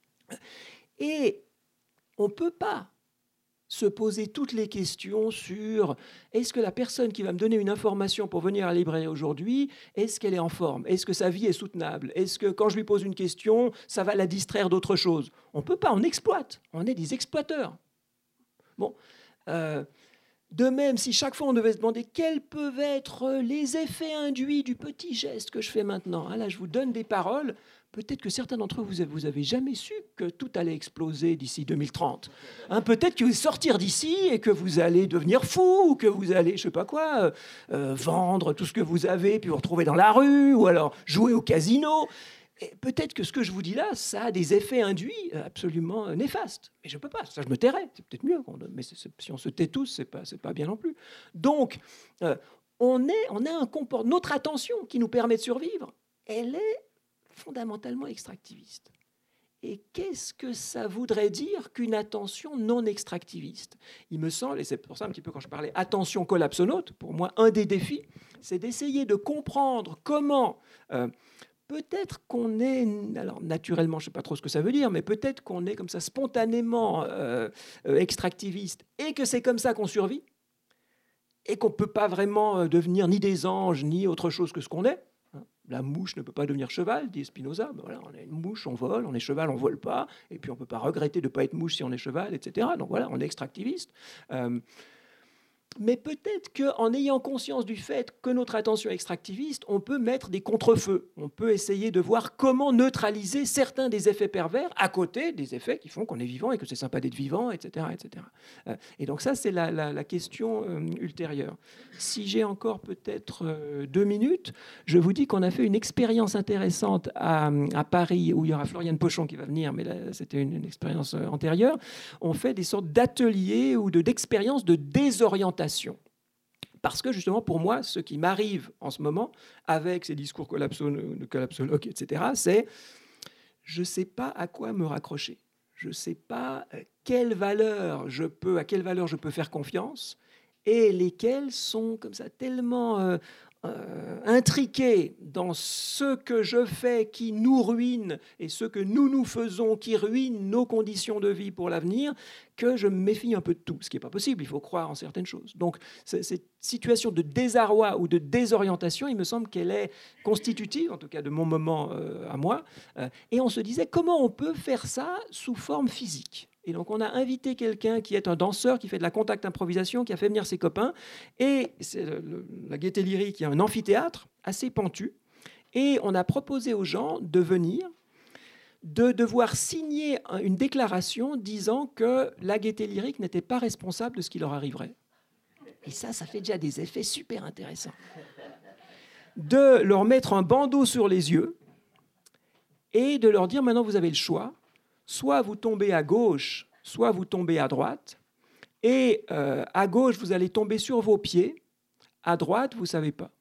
Et on ne peut pas se poser toutes les questions sur est-ce que la personne qui va me donner une information pour venir à la librairie aujourd'hui, est-ce qu'elle est en forme? Est-ce que sa vie est soutenable? Est-ce que quand je lui pose une question, ça va la distraire d'autre chose? On ne peut pas, on exploite. On est des exploiteurs. Bon, De même, si chaque fois on devait se demander quels peuvent être les effets induits du petit geste que je fais maintenant, hein, là je vous donne des paroles, peut-être que certains d'entre vous, vous avez jamais su que tout allait exploser d'ici 2030. Hein, peut-être que vous allez sortir d'ici et que vous allez devenir fou, ou que vous allez, je sais pas quoi, vendre tout ce que vous avez, puis vous retrouver dans la rue, ou alors jouer au casino. Et peut-être que ce que je vous dis là, ça a des effets induits absolument néfastes. Mais je ne peux pas, ça je me tairais, c'est peut-être mieux. Mais si on se tait tous, ce n'est pas bien non plus. Donc, on a un comportement, notre attention qui nous permet de survivre, elle est fondamentalement extractiviste. Et qu'est-ce que ça voudrait dire qu'une attention non extractiviste? Il me semble, et c'est pour ça un petit peu quand je parlais attention collapsonaute, pour moi, un des défis, c'est d'essayer de comprendre comment... peut-être qu'on est, alors naturellement, je ne sais pas trop ce que ça veut dire, mais peut-être qu'on est comme ça spontanément extractiviste et que c'est comme ça qu'on survit et qu'on ne peut pas vraiment devenir ni des anges ni autre chose que ce qu'on est. La mouche ne peut pas devenir cheval, dit Spinoza. Ben voilà, on est une mouche, on vole, on est cheval, on ne vole pas, et puis on ne peut pas regretter de ne pas être mouche si on est cheval, etc. Donc voilà, on est extractiviste. Mais peut-être qu'en ayant conscience du fait que notre attention est extractiviste, on peut mettre des contre-feux. On peut essayer de voir comment neutraliser certains des effets pervers à côté des effets qui font qu'on est vivant et que c'est sympa d'être vivant, etc. etc. Et donc ça, c'est la question ultérieure. Si j'ai encore peut-être 2 minutes, je vous dis qu'on a fait une expérience intéressante à Paris, où il y aura Floriane Pochon qui va venir, mais là, c'était une expérience antérieure. On fait des sortes d'ateliers ou d'expériences de désorientation. Parce que justement, pour moi, ce qui m'arrive en ce moment, avec ces discours collapsologues, etc., c'est je ne sais pas à quoi me raccrocher. Je ne sais pas à quelle valeur je peux faire confiance et lesquelles sont comme ça tellement intriqués dans ce que je fais qui nous ruine et ce que nous faisons qui ruine nos conditions de vie pour l'avenir, que je me méfie un peu de tout, ce qui n'est pas possible, il faut croire en certaines choses. Donc cette situation de désarroi ou de désorientation, il me semble qu'elle est constitutive, en tout cas de mon moment à moi, et on se disait comment on peut faire ça sous forme physique. Et donc, on a invité quelqu'un qui est un danseur, qui fait de la contact improvisation, qui a fait venir ses copains. Et c'est la Gaîté Lyrique, qui est un amphithéâtre assez pentu. Et on a proposé aux gens de venir, de devoir signer une déclaration disant que la Gaîté Lyrique n'était pas responsable de ce qui leur arriverait. Et ça fait déjà des effets super intéressants. De leur mettre un bandeau sur les yeux et de leur dire, maintenant, vous avez le choix. Soit vous tombez à gauche, soit vous tombez à droite. Et à gauche, vous allez tomber sur vos pieds. À droite, vous ne savez pas.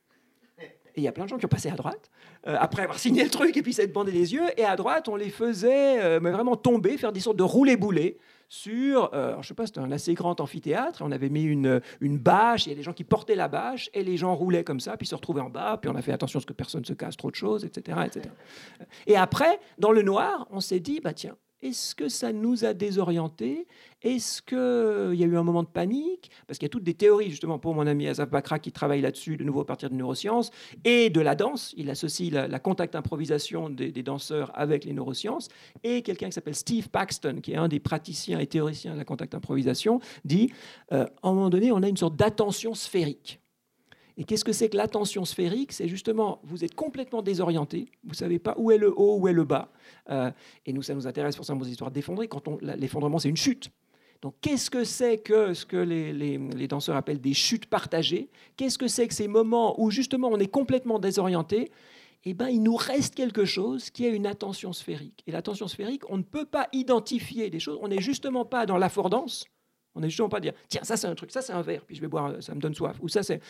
Et il y a plein de gens qui ont passé à droite, après avoir signé le truc et puis s'être bandé les yeux. Et à droite, on les faisait mais vraiment tomber, faire des sortes de roulés-boulés sur, je ne sais pas, c'était un assez grand amphithéâtre. On avait mis une bâche, il y a des gens qui portaient la bâche, et les gens roulaient comme ça, puis se retrouvaient en bas, puis on a fait attention à ce que personne ne se casse trop de choses, etc., etc. Et après, dans le noir, on s'est dit, bah tiens, est-ce que ça nous a désorientés? Est-ce qu'il y a eu un moment de panique? Parce qu'il y a toutes des théories, justement, pour mon ami Asaf Bakra, qui travaille là-dessus, de nouveau à partir de neurosciences, et de la danse. Il associe la contact improvisation des danseurs avec les neurosciences. Et quelqu'un qui s'appelle Steve Paxton, qui est un des praticiens et théoriciens de la contact improvisation, dit, à un moment donné, on a une sorte d'attention sphérique. Et qu'est-ce que c'est que l'attention sphérique? C'est justement, vous êtes complètement désorienté, vous ne savez pas où est le haut, où est le bas. Et nous, ça nous intéresse forcément aux histoires d'effondrer. L'effondrement, c'est une chute. Donc, qu'est-ce que c'est que ce que les danseurs appellent des chutes partagées? Qu'est-ce que c'est que ces moments où, justement, on est complètement désorienté? Eh bien, il nous reste quelque chose qui est une attention sphérique. Et l'attention sphérique, on ne peut pas identifier des choses. On n'est justement pas dans l'affordance. On n'est justement pas dire, tiens, ça, c'est un truc, ça, c'est un verre, puis je vais boire, ça me donne soif. Ou ça, c'est...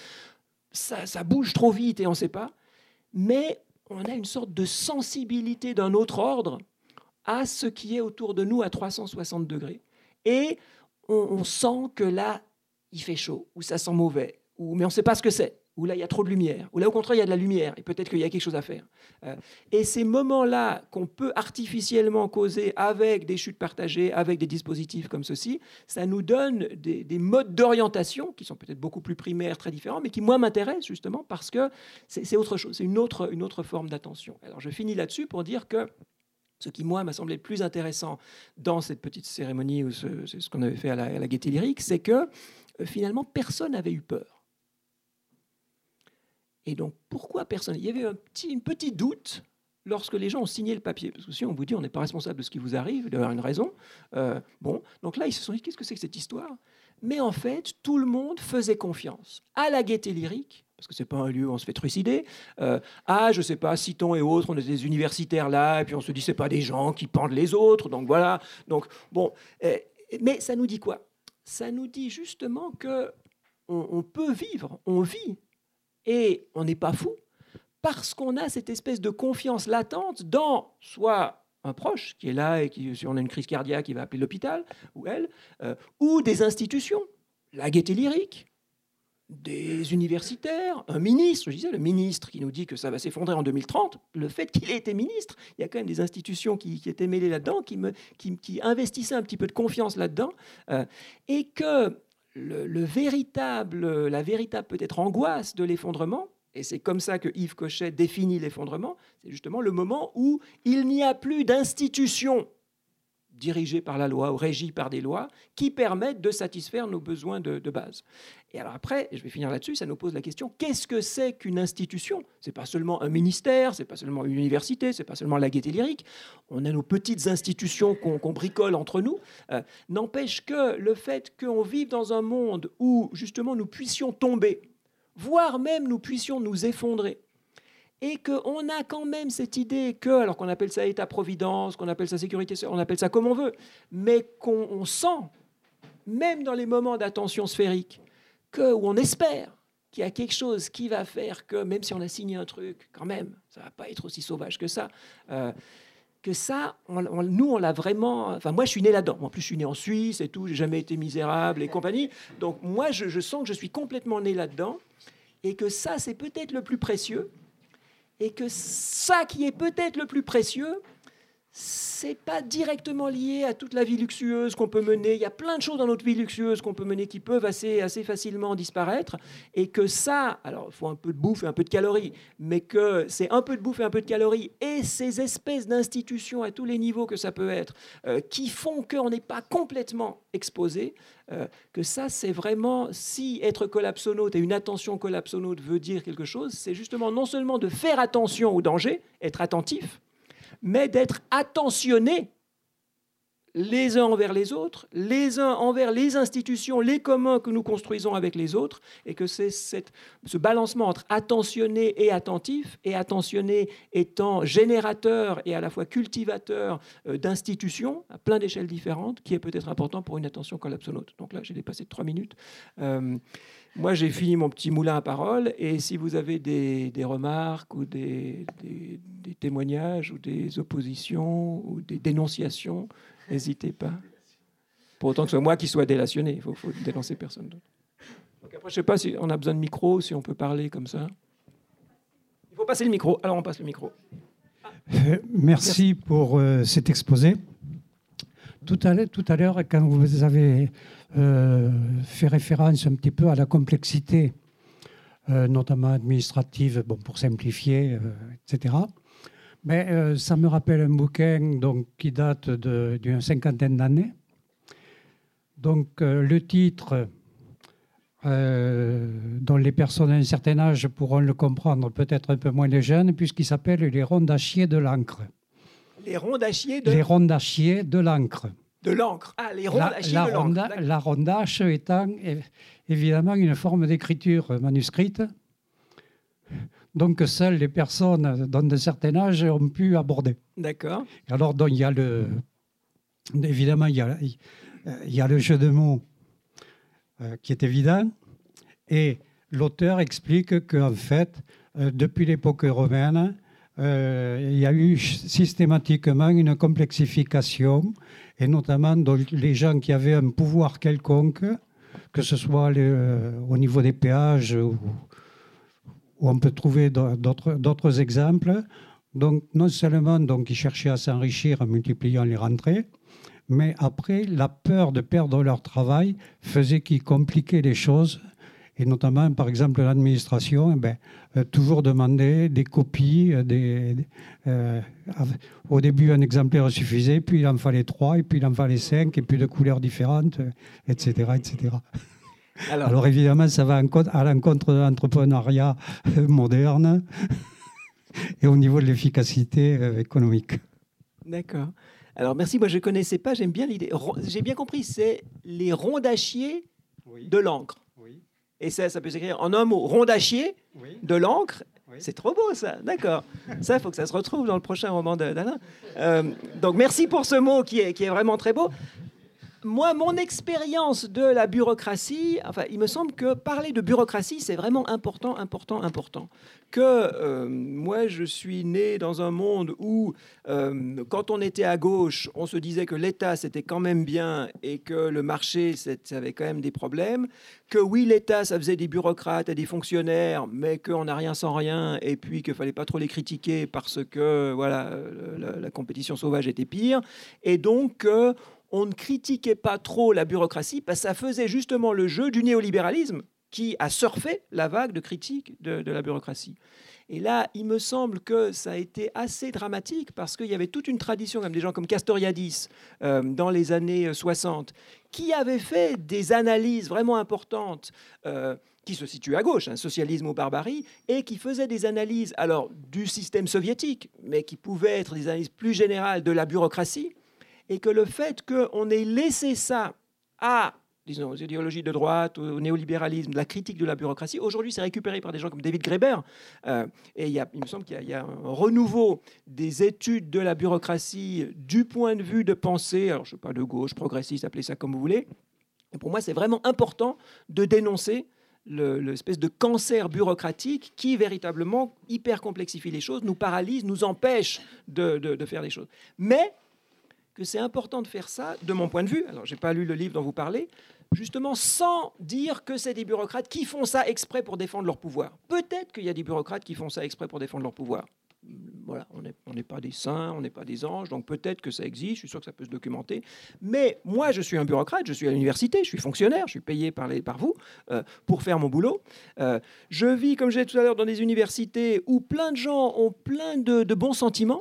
Ça bouge trop vite et on ne sait pas, mais on a une sorte de sensibilité d'un autre ordre à ce qui est autour de nous à 360 degrés. Et on sent que là, il fait chaud, ou ça sent mauvais, mais on ne sait pas ce que c'est, ou là, il y a trop de lumière, ou là, au contraire, il y a de la lumière, et peut-être qu'il y a quelque chose à faire. Et ces moments-là qu'on peut artificiellement causer avec des chutes partagées, avec des dispositifs comme ceci, ça nous donne des modes d'orientation qui sont peut-être beaucoup plus primaires, très différents, mais qui, moi, m'intéressent justement parce que c'est autre chose, c'est une autre forme d'attention. Alors, je finis là-dessus pour dire que ce qui, moi, m'a semblé le plus intéressant dans cette petite cérémonie, ou c'est ce qu'on avait fait à la Gaîté Lyrique, c'est que finalement, personne n'avait eu peur. Et donc, pourquoi personne? Il y avait un petit doute lorsque les gens ont signé le papier. Parce que si on vous dit on n'est pas responsable de ce qui vous arrive, il doit y avoir une raison. Donc là, ils se sont dit, qu'est-ce que c'est que cette histoire? Mais en fait, tout le monde faisait confiance à la Gaîté Lyrique, parce que ce n'est pas un lieu où on se fait trucider, je ne sais pas, Citon et autres, on est des universitaires là, et puis on se dit, ce n'est pas des gens qui pendent les autres, donc voilà. Donc, bon, mais ça nous dit quoi? Ça nous dit justement qu'on peut vivre, on vit, et on n'est pas fou, parce qu'on a cette espèce de confiance latente dans soit un proche qui est là et qui, si on a une crise cardiaque, il va appeler l'hôpital, ou elle, ou des institutions, la Gaîté Lyrique, des universitaires, un ministre, je disais, le ministre qui nous dit que ça va s'effondrer en 2030, le fait qu'il ait été ministre, il y a quand même des institutions qui étaient mêlées là-dedans, qui investissaient un petit peu de confiance là-dedans, et que la véritable peut-être angoisse de l'effondrement, et c'est comme ça que Yves Cochet définit l'effondrement, c'est justement le moment où il n'y a plus d'institutions dirigées par la loi ou régies par des lois qui permettent de satisfaire nos besoins de base. Et alors après, je vais finir là-dessus, ça nous pose la question, qu'est-ce que c'est qu'une institution? Ce n'est pas seulement un ministère, ce n'est pas seulement une université, ce n'est pas seulement la Gaîté Lyrique. On a nos petites institutions qu'on bricole entre nous. N'empêche que le fait qu'on vive dans un monde où justement nous puissions tomber, voire même nous puissions nous effondrer, et qu'on a quand même cette idée que, alors qu'on appelle ça État-providence, qu'on appelle ça sécurité, on appelle ça comme on veut, mais qu'on sent, même dans les moments d'attention sphérique, où on espère qu'il y a quelque chose qui va faire que, même si on a signé un truc, quand même, ça ne va pas être aussi sauvage que ça, nous, on l'a vraiment... Enfin, moi, je suis né là-dedans. En plus, je suis né en Suisse et tout, j'ai jamais été misérable et compagnie. Donc, moi, je sens que je suis complètement né là-dedans et que ça, c'est peut-être le plus précieux. Et que ça qui est peut-être le plus précieux, c'est pas directement lié à toute la vie luxueuse qu'on peut mener. Il y a plein de choses dans notre vie luxueuse qu'on peut mener qui peuvent assez facilement disparaître. Et que ça, alors il faut un peu de bouffe et un peu de calories, mais que c'est un peu de bouffe et un peu de calories et ces espèces d'institutions à tous les niveaux que ça peut être, qui font qu'on n'est pas complètement exposé, que ça c'est vraiment, si être collapsonaute et une attention collapsonaute veut dire quelque chose, c'est justement non seulement de faire attention au danger, être attentif, mais d'être attentionnés les uns envers les autres, les uns envers les institutions, les communs que nous construisons avec les autres, et que c'est ce balancement entre attentionné et attentionné étant générateur et à la fois cultivateur d'institutions à plein d'échelles différentes, qui est peut-être important pour une attention collapsonaute. Donc là, j'ai dépassé de 3 minutes. Moi, j'ai fini mon petit moulin à parole, et si vous avez des remarques ou des témoignages ou des oppositions ou des dénonciations, n'hésitez pas. Pour autant que ce soit moi qui sois délationné, il faut dénoncer personne d'autre. Donc après, je ne sais pas si on a besoin de micro, si on peut parler comme ça. Il faut passer le micro, alors on passe le micro. Merci pour cet exposé. Tout à l'heure, quand vous avez fait référence un petit peu à la complexité, notamment administrative, pour simplifier, etc., mais ça me rappelle un bouquin donc, qui date d'une cinquantaine d'années. Donc, le titre, dont les personnes d'un certain âge pourront le comprendre, peut-être un peu moins les jeunes, puisqu'il s'appelle « Les rondes à chier de l'encre ». Les rondes à chier Les rondes à chier de l'encre. De l'encre. Ah, les rondes à chier de l'encre. La rondache étant évidemment une forme d'écriture manuscrite. Donc, seules les personnes d'un certain âge ont pu aborder. D'accord. Alors, donc, évidemment, il y a le jeu de mots qui est évident. Et l'auteur explique qu'en fait, depuis l'époque romaine, il y a eu systématiquement une complexification, et notamment donc, les gens qui avaient un pouvoir quelconque, que ce soit au niveau des péages, où on peut trouver d'autres exemples. Donc, non seulement donc, ils cherchaient à s'enrichir en multipliant les rentrées, mais après, la peur de perdre leur travail faisait qu'ils compliquaient les choses. Et notamment, par exemple, l'administration, toujours demandait des copies. Au début, un exemplaire suffisait, puis il en fallait 3, et puis il en fallait 5, et puis de couleurs différentes, etc. etc. Alors évidemment, ça va à l'encontre de l'entrepreneuriat moderne et au niveau de l'efficacité économique. D'accord. Alors merci, moi je ne connaissais pas, j'aime bien l'idée. J'ai bien compris, c'est les ronds d'acier de l'encre. Oui. Et ça peut s'écrire en un mot, rond d'acier de l'encre. Oui. C'est trop beau ça, d'accord. Ça, il faut que ça se retrouve dans le prochain roman d'Alain. Donc merci pour ce mot qui est vraiment très beau. Moi, mon expérience de la bureaucratie, enfin, il me semble que parler de bureaucratie, c'est vraiment important. Moi, je suis né dans un monde où, quand on était à gauche, on se disait que l'État, c'était quand même bien et que le marché, ça avait quand même des problèmes. Que oui, l'État, ça faisait des bureaucrates et des fonctionnaires, mais qu'on n'a rien sans rien et puis qu'il ne fallait pas trop les critiquer parce que voilà, la compétition sauvage était pire. Et donc, on ne critiquait pas trop la bureaucratie parce que ça faisait justement le jeu du néolibéralisme qui a surfé la vague de critique de la bureaucratie. Et là, il me semble que ça a été assez dramatique parce qu'il y avait toute une tradition, comme des gens comme Castoriadis, dans les années 60, qui avaient fait des analyses vraiment importantes qui se situent à gauche, socialisme ou barbarie, et qui faisaient des analyses alors, du système soviétique, mais qui pouvaient être des analyses plus générales de la bureaucratie, et que le fait qu'on ait laissé ça à, disons, aux idéologies de droite, au néolibéralisme, la critique de la bureaucratie, aujourd'hui, c'est récupéré par des gens comme David Graeber. Et il me semble qu'il y a un renouveau des études de la bureaucratie du point de vue de pensée, alors je ne sais pas, de gauche, progressiste, appelez ça comme vous voulez. Et pour moi, c'est vraiment important de dénoncer l'espèce de cancer bureaucratique qui, véritablement, hyper complexifie les choses, nous paralyse, nous empêche de faire les choses. Mais que c'est important de faire ça, de mon point de vue, alors je n'ai pas lu le livre dont vous parlez, justement sans dire que c'est des bureaucrates qui font ça exprès pour défendre leur pouvoir. Peut-être qu'il y a des bureaucrates qui font ça exprès pour défendre leur pouvoir. Voilà, on n'est pas des saints, on n'est pas des anges, donc peut-être que ça existe, je suis sûr que ça peut se documenter. Mais moi, je suis un bureaucrate, je suis à l'université, je suis fonctionnaire, je suis payé par vous pour faire mon boulot. Je vis, comme je disais tout à l'heure, dans des universités où plein de gens ont plein de bons sentiments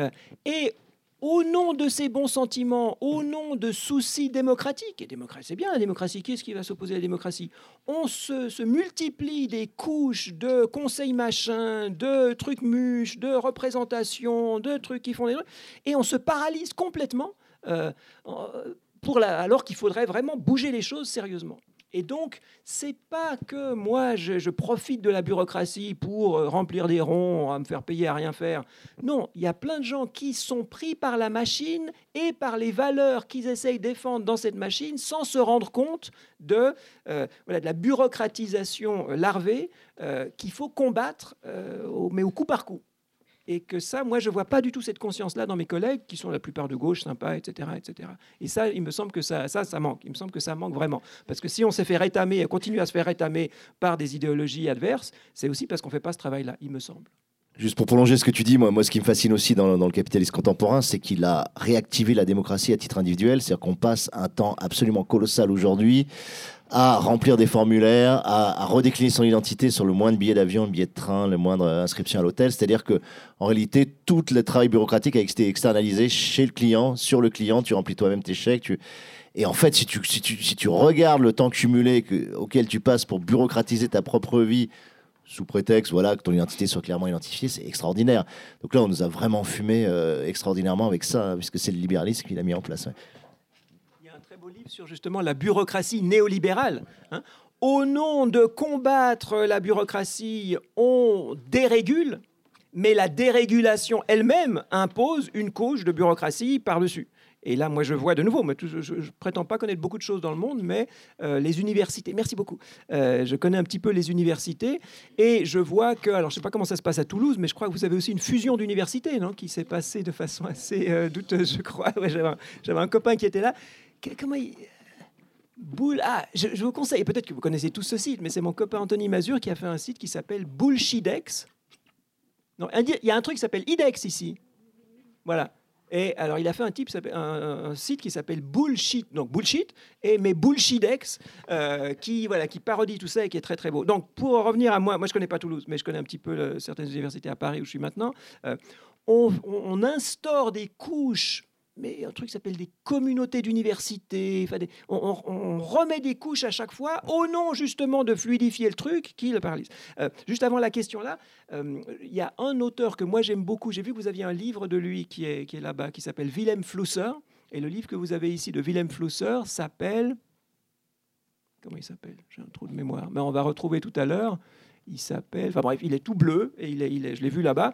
et au nom de ces bons sentiments, au nom de soucis démocratiques, et démocratie, c'est bien la démocratie, qu'est-ce qui va s'opposer à la démocratie? On se multiplie des couches de conseils machins, de trucs mûches, de représentations, de trucs qui font des trucs, et on se paralyse complètement alors qu'il faudrait vraiment bouger les choses sérieusement. Et donc, c'est pas que moi, je profite de la bureaucratie pour remplir des ronds, à me faire payer à rien faire. Non, il y a plein de gens qui sont pris par la machine et par les valeurs qu'ils essayent de défendre dans cette machine sans se rendre compte de la bureaucratisation larvée qu'il faut combattre, mais au coup par coup. Et que ça, moi, je ne vois pas du tout cette conscience-là dans mes collègues, qui sont la plupart de gauche, sympas, etc., etc. Et ça, il me semble que ça manque. Il me semble que ça manque vraiment. Parce que si on s'est fait rétamer, continue à se faire rétamer par des idéologies adverses, c'est aussi parce qu'on ne fait pas ce travail-là, il me semble. Juste pour prolonger ce que tu dis, moi ce qui me fascine aussi dans le capitalisme contemporain, c'est qu'il a réactivé la démocratie à titre individuel. C'est-à-dire qu'on passe un temps absolument colossal aujourd'hui à remplir des formulaires, à redécliner son identité sur le moindre billet d'avion, le billet de train, le moindre inscription à l'hôtel. C'est-à-dire que, en réalité, tout le travail bureaucratique a été externalisé chez le client, sur le client. Tu remplis toi-même tes chèques. Et en fait, si tu regardes le temps cumulé auquel tu passes pour bureaucratiser ta propre vie, sous prétexte que ton identité soit clairement identifiée, c'est extraordinaire. Donc là, on nous a vraiment fumé extraordinairement avec ça, puisque c'est le libéralisme qui l'a mis en place. Ouais. Très beau livre sur justement la bureaucratie néolibérale. Au nom de combattre la bureaucratie, on dérégule, mais la dérégulation elle-même impose une couche de bureaucratie par-dessus. Et là, moi, je vois de nouveau, je ne prétends pas connaître beaucoup de choses dans le monde, mais les universités, merci beaucoup, je connais un petit peu les universités, et je vois que, alors je ne sais pas comment ça se passe à Toulouse, mais je crois que vous avez aussi une fusion d'universités, non, qui s'est passée de façon assez douteuse, je crois. Ouais, j'avais un copain qui était là. Comment il... je vous conseille, peut-être que vous connaissez tous ce site, mais c'est mon copain Anthony Mazur qui a fait un site qui s'appelle Bullshidex. Non, il y a un truc qui s'appelle IDEX ici. Voilà. Et alors, il a fait un site qui s'appelle Bullshit, donc Bullshit, mais Bullshidex, qui parodie tout ça et qui est très, très beau. Donc, pour revenir à moi, je ne connais pas Toulouse, mais je connais un petit peu certaines universités à Paris où je suis maintenant. On instaure des couches mais un truc qui s'appelle des communautés d'université. On remet des couches à chaque fois au nom justement de fluidifier le truc qui le paralyse. Juste avant la question là, il y a un auteur que moi j'aime beaucoup. J'ai vu que vous aviez un livre de lui qui est là-bas, qui s'appelle Wilhelm Flusser. Et le livre que vous avez ici de Wilhelm Flusser s'appelle... Comment il s'appelle ? J'ai un trou de mémoire. Mais on va retrouver tout à l'heure. Il s'appelle... Enfin bref, il est tout bleu, et je l'ai vu là-bas.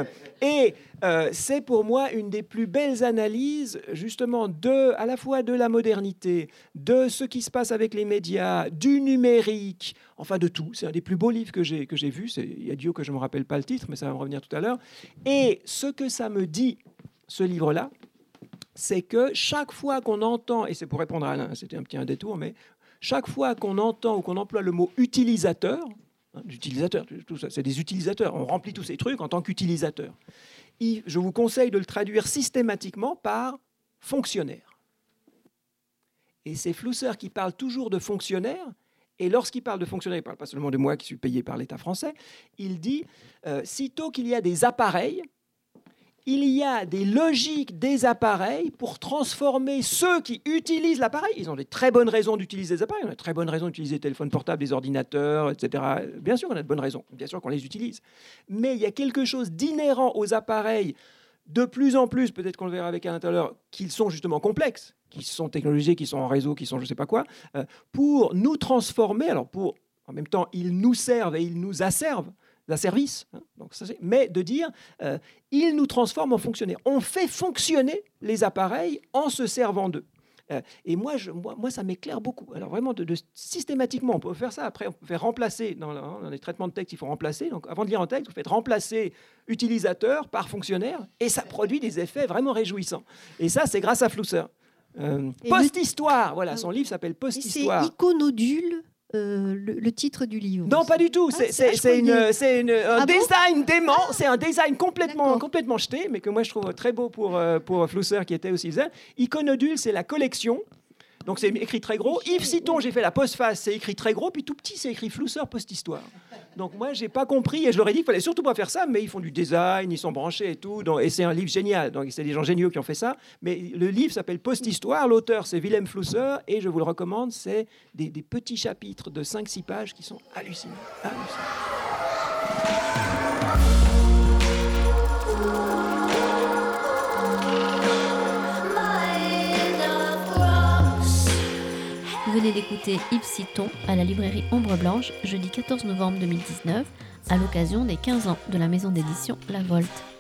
C'est pour moi une des plus belles analyses, justement, à la fois de la modernité, de ce qui se passe avec les médias, du numérique, enfin de tout. C'est un des plus beaux livres que j'ai vu. Il y a Dieu que je ne me rappelle pas le titre, mais ça va me revenir tout à l'heure. Et ce que ça me dit, ce livre-là, c'est que chaque fois qu'on entend, et c'est pour répondre à Alain, c'était un petit détour, mais chaque fois qu'on entend ou qu'on emploie le mot utilisateur, d'utilisateurs, tout ça, c'est des utilisateurs. On remplit tous ces trucs en tant qu'utilisateurs. Je vous conseille de le traduire systématiquement par fonctionnaire. Et c'est Flusser qui parle toujours de fonctionnaire. Et lorsqu'il parle de fonctionnaire, il ne parle pas seulement de moi qui suis payé par l'État français. Il dit, sitôt qu'il y a des appareils, il y a des logiques des appareils pour transformer ceux qui utilisent l'appareil. Ils ont des très bonnes raisons d'utiliser les appareils. On a de très bonnes raisons d'utiliser les téléphones portables, les ordinateurs, etc. Bien sûr, on a de bonnes raisons. Bien sûr qu'on les utilise. Mais il y a quelque chose d'inhérent aux appareils, de plus en plus, peut-être qu'on le verra avec Alain tout à l'heure, qu'ils sont justement complexes, qui sont technologisés, qui sont en réseau, qui sont je ne sais pas quoi, pour nous transformer. Alors, en même temps, ils nous servent et ils nous asservent. Service, donc mais de dire ils nous transforment en fonctionnaires. On fait fonctionner les appareils en se servant d'eux. Et moi, ça m'éclaire beaucoup. Alors vraiment, systématiquement, on peut faire ça. Après, on peut faire remplacer, dans les traitements de texte, il faut remplacer. Donc avant de lire un texte, vous faites remplacer utilisateur par fonctionnaire, et ça produit des effets vraiment réjouissants. Et ça, c'est grâce à Flusser. Post-histoire, voilà, son livre s'appelle Post-histoire. C'est Iconodule. Le titre du livre. Non, pas du tout. C'est un design dément. C'est un design complètement jeté, mais que moi je trouve très beau pour Flusser, qui était aussi zen. Iconodule, c'est la collection. Donc c'est écrit très gros. Yves Citon, j'ai fait la postface, c'est écrit très gros, puis tout petit, c'est écrit Flusser post-histoire. Donc moi, j'ai pas compris, et je leur ai dit qu'il fallait surtout pas faire ça, mais ils font du design, ils sont branchés et tout, et c'est un livre génial. Donc c'est des gens géniaux qui ont fait ça. Mais le livre s'appelle Post-histoire, l'auteur c'est Wilhelm Flusser, et je vous le recommande, c'est des petits chapitres de 5-6 pages qui sont hallucinants. Vous venez d'écouter Yves Citon à la librairie Ombre Blanche, jeudi 14 novembre 2019, à l'occasion des 15 ans de la maison d'édition La Volte.